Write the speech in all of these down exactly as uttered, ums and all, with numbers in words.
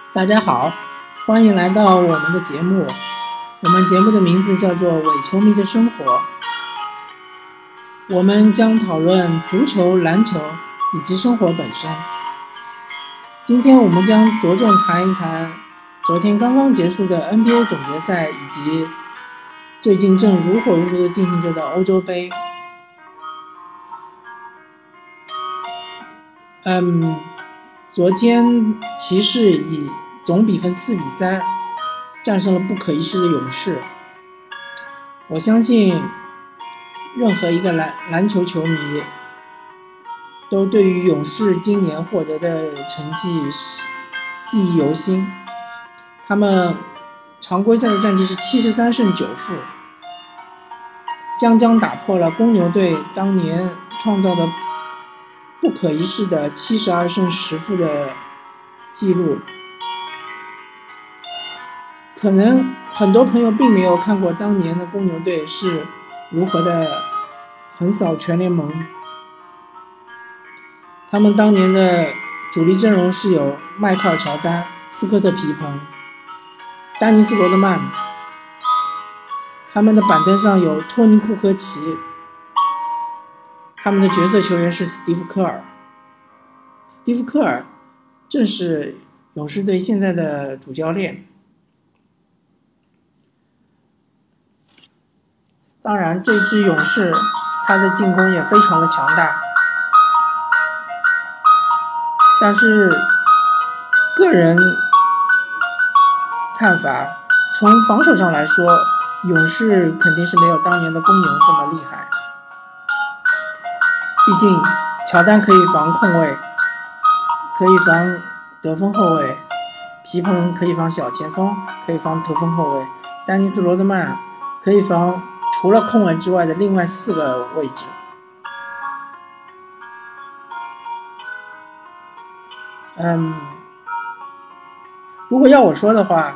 大家好，欢迎来到我们的节目。我们节目的名字叫做伪球迷的生活。我们将讨论足球、篮球以及生活本身。今天我们将着重谈一谈昨天刚刚结束的 N B A 总决赛，以及最近正如火如荼的进行着的欧洲杯。嗯，昨天骑士以总比分四比三战胜了不可一世的勇士。我相信任何一个篮篮球球迷都对于勇士今年获得的成绩记忆犹新。他们常规赛的战绩是七十三胜九负，将将打破了公牛队当年创造的不可一世的七十二胜十负的记录。可能很多朋友并没有看过当年的公牛队是如何的横扫全联盟。他们当年的主力阵容是有迈克尔乔丹、斯科特皮蓬、丹尼斯罗德曼，他们的板凳上有托尼库科奇，他们的角色球员是史蒂夫科尔。史蒂夫科尔正是勇士队现在的主教练。当然这支勇士他的进攻也非常的强大，但是个人看法，从防守上来说，勇士肯定是没有当年的公牛这么厉害。毕竟乔丹可以防控卫，可以防得分后卫，皮蓬可以防小前锋，可以防得分后卫，丹尼斯罗德曼可以防除了控卫之外的另外四个位置。嗯，如果要我说的话，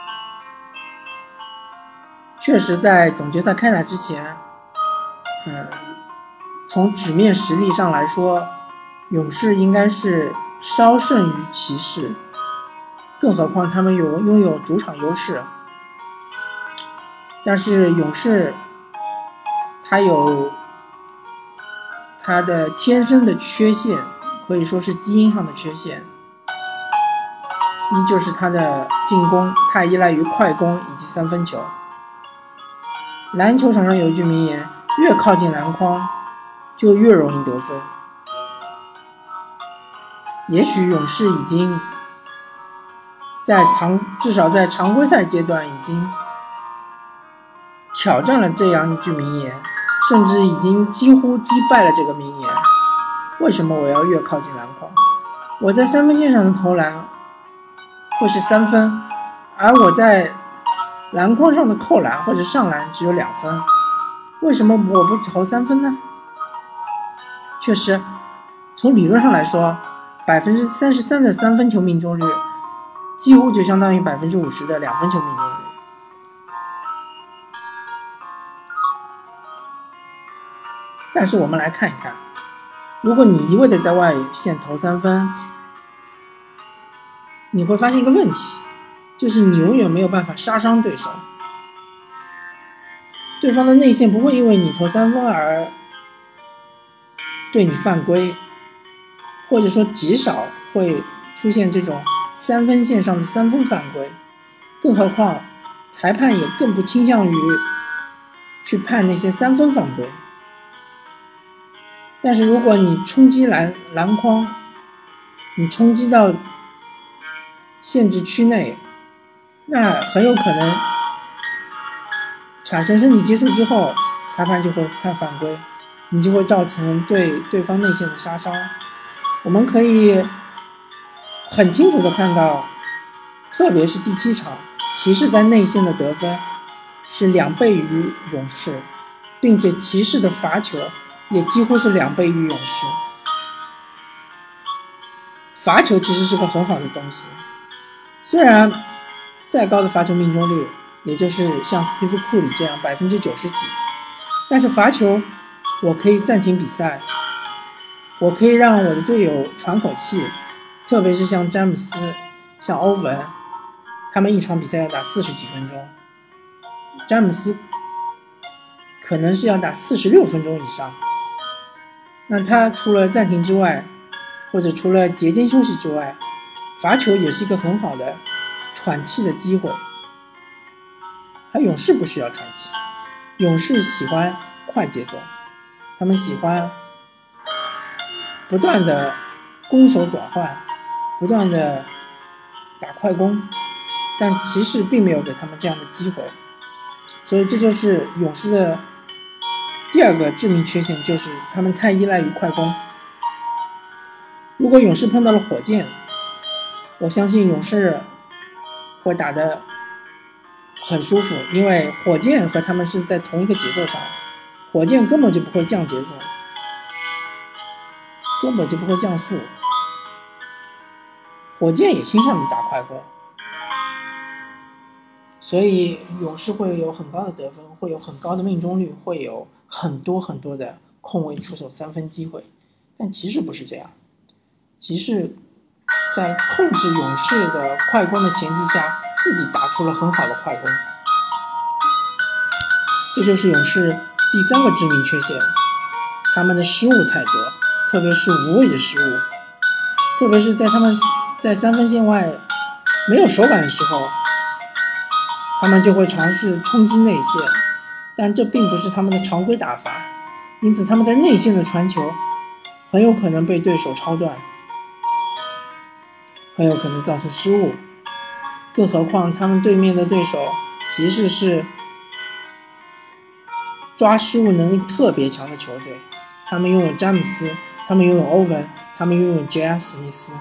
确实在总决赛开打之前，嗯，从纸面实力上来说，勇士应该是稍胜于骑士，更何况他们有拥有主场优势。但是勇士他有他的天生的缺陷，可以说是基因上的缺陷。一就是他的进攻太依赖于快攻以及三分球。篮球场上有一句名言，越靠近篮筐就越容易得分。也许勇士已经在常至少在常规赛阶段已经挑战了这样一句名言，甚至已经几乎击败了这个名言。为什么我要越靠近篮筐？我在三分线上的投篮会是三分，而我在篮筐上的扣篮或者上篮只有两分，为什么我不投三分呢？确实，从理论上来说，百分之三十三的三分球命中率几乎就相当于百分之五十的两分球命中率。但是我们来看一看，如果你一味的在外线投三分，你会发现一个问题，就是你永远没有办法杀伤对手。对方的内线不会因为你投三分而对你犯规，或者说极少会出现这种三分线上的三分犯规，更何况裁判也更不倾向于去判那些三分犯规。但是如果你冲击篮篮筐，你冲击到限制区内，那很有可能产生身体接触之后，裁判就会判犯规，你就会造成对对方内线的杀伤。我们可以很清楚的看到，特别是第七场，骑士在内线的得分是两倍于勇士，并且骑士的罚球也几乎是两倍于勇士。罚球其实是个很好的东西，虽然再高的罚球命中率，也就是像斯蒂夫库里这样百分之九十几，但是罚球我可以暂停比赛，我可以让我的队友喘口气，特别是像詹姆斯、 像欧文，他们一场比赛要打四十几分钟，詹姆斯可能是要打四十六分钟以上。那他除了暂停之外，或者除了节间休息之外，罚球也是一个很好的喘气的机会。而勇士不需要喘气，勇士喜欢快节奏，他们喜欢不断的攻守转换，不断的打快攻，但骑士并没有给他们这样的机会，所以这就是勇士的第二个致命缺陷，就是他们太依赖于快攻。如果勇士碰到了火箭，我相信勇士会打得很舒服，因为火箭和他们是在同一个节奏上，火箭根本就不会降节奏，根本就不会降速，火箭也倾向于打快攻，所以勇士会有很高的得分，会有很高的命中率，会有很多很多的空位出手三分机会。但骑士不是这样，骑士在控制勇士的快攻的前提下，自己打出了很好的快攻，这就是勇士第三个致命缺陷，他们的失误太多，特别是无谓的失误，特别是在他们在三分线外没有手感的时候，他们就会尝试冲击内线，但这并不是他们的常规打法，因此他们在内线的传球很有可能被对手抄断，很有可能造成失误，更何况他们对面的对手骑士是抓失误能力特别强的球队，他们拥有詹姆斯，他们拥有欧文，他们拥有 J R 史密斯。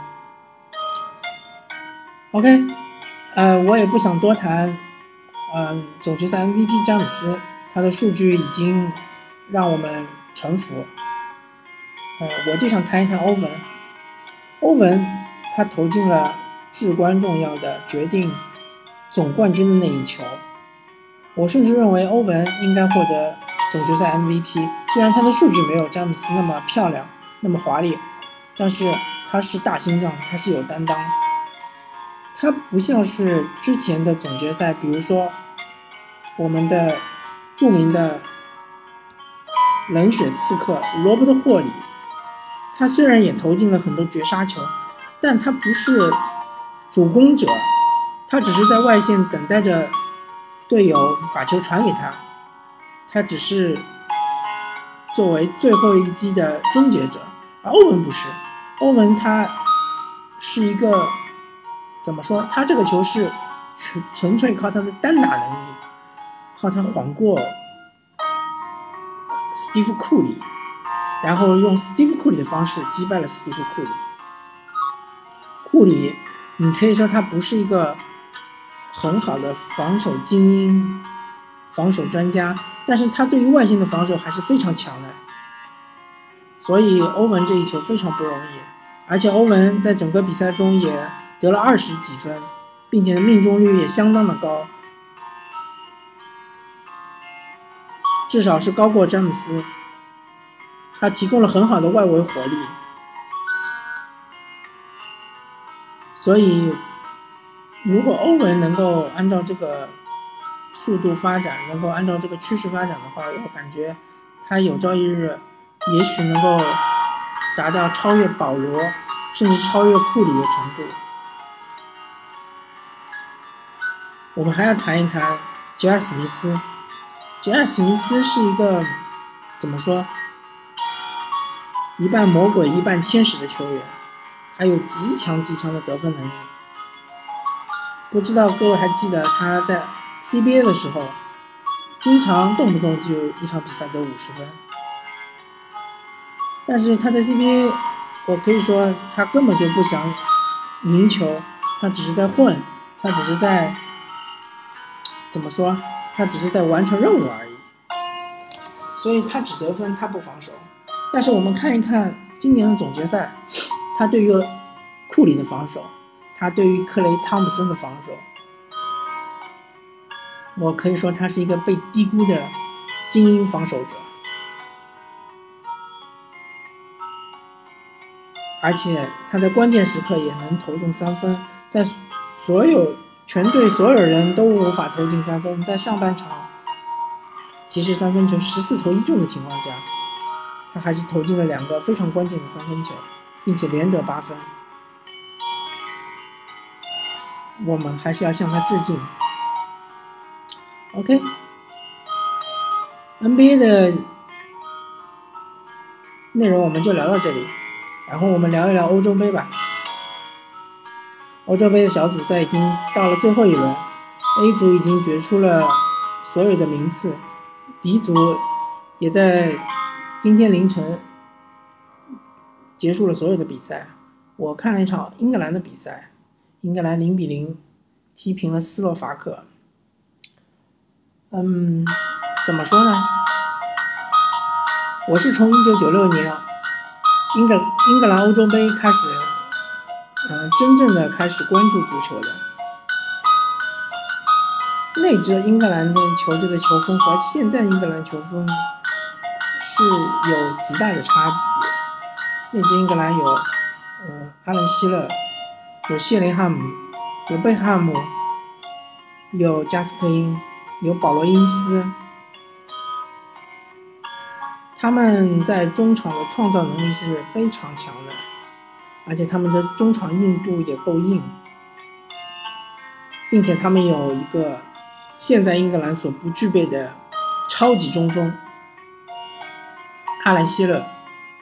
OK， 呃，我也不想多谈嗯，总决赛 M V P 詹姆斯，他的数据已经让我们臣服。呃，我就想谈一谈欧文。欧文他投进了至关重要的决定总冠军的那一球。我甚至认为欧文应该获得总决赛 M V P， 虽然他的数据没有詹姆斯那么漂亮，那么华丽，但是他是大心脏，他是有担当。他不像是之前的总决赛，比如说我们的著名的冷血刺客罗伯特霍里，他虽然也投进了很多绝杀球，但他不是主攻者，他只是在外线等待着队友把球传给他，他只是作为最后一击的终结者。而欧文不是，欧文他是一个怎么说，他这个球是纯粹靠他的单打能力，靠他晃过史蒂夫库里，然后用史蒂夫库里的方式击败了史蒂夫库里。库里你可以说他不是一个很好的防守精英，防守专家，但是他对于外线的防守还是非常强的，所以欧文这一球非常不容易。而且欧文在整个比赛中也得了二十几分，并且命中率也相当的高，至少是高过詹姆斯，他提供了很好的外围火力。所以如果欧文能够按照这个速度发展，能够按照这个趋势发展的话，我感觉他有朝一日也许能够达到超越保罗甚至超越库里的程度。我们还要谈一谈吉尔史密斯。吉尔史密斯是一个怎么说，一半魔鬼一半天使的球员，他有极强极强的得分能力。不知道各位还记得他在 C B A 的时候，经常动不动就一场比赛得五十分，但是他在 C B A， 我可以说他根本就不想赢球，他只是在混，他只是在怎么说，他只是在完成任务而已。所以他只得分，他不防守。但是我们看一看今年的总决赛，他对于库里的防守，他对于克雷汤普森的防守，我可以说他是一个被低估的精英防守者。而且他在关键时刻也能投中三分，在所有全队所有人都无法投进三分，在上半场骑士三分球十四投一中的情况下，他还是投进了两个非常关键的三分球，并且连得八分。我们还是要向他致敬。OK，N B A 的内容我们就聊到这里，然后我们聊一聊欧洲杯吧。欧洲杯的小组赛已经到了最后一轮 ，A 组已经决出了所有的名次 ，B 组也在今天凌晨结束了所有的比赛。我看了一场英格兰的比赛，英格兰零比零踢平了斯洛伐克。嗯，怎么说呢？我是从一九九六年英格英格兰欧洲杯开始，嗯、呃，真正的开始关注足球的。那支英格兰的球队的球风和现在英格兰球风是有极大的差别。那支英格兰有，呃，阿伦希勒，有谢林汉姆，有贝克汉姆，有加斯科因，有保罗因斯。他们在中场的创造能力是非常强的，而且他们的中场硬度也够硬，并且他们有一个现在英格兰所不具备的超级中锋阿兰希勒。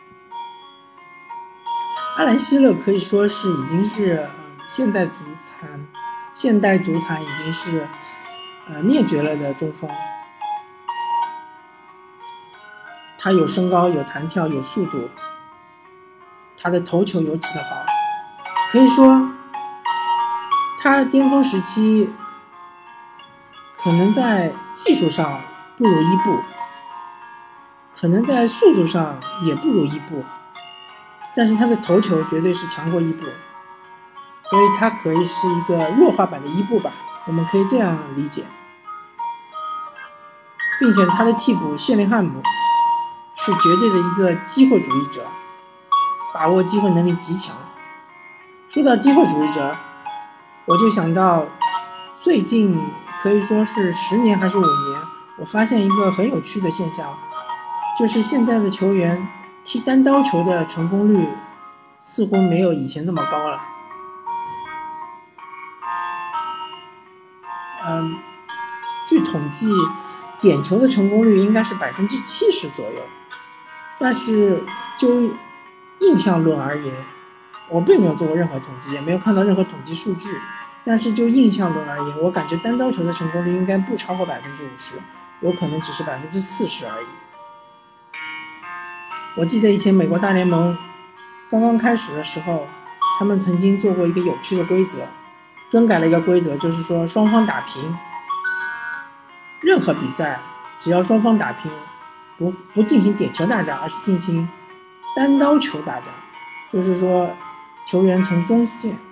阿兰希勒可以说是已经是现代足坛现代足坛已经是呃灭绝了的中锋。他有身高，有弹跳，有速度，他的头球尤其的好，可以说他巅峰时期可能在技术上不如伊布，可能在速度上也不如伊布，但是他的头球绝对是强过伊布，所以他可以是一个弱化版的伊布吧，我们可以这样理解。并且他的替补谢林汉姆是绝对的一个机会主义者，把握机会能力极强。说到机会主义者，我就想到最近可以说是十年还是五年，我发现一个很有趣的现象，就是现在的球员踢单刀球的成功率似乎没有以前这么高了。嗯，据统计，点球的成功率应该是百分之七十左右。但是就印象论而言，我并没有做过任何统计，也没有看到任何统计数据。但是就印象论而言，我感觉单刀球的成功率应该不超过百分之五十，有可能只是百分之四十而已。我记得以前美国大联盟刚刚开始的时候，他们曾经做过一个有趣的规则，更改了一个规则，就是说双方打平，任何比赛只要双方打平，不不进行点球大战，而是进行单刀球大战，就是说球员从中线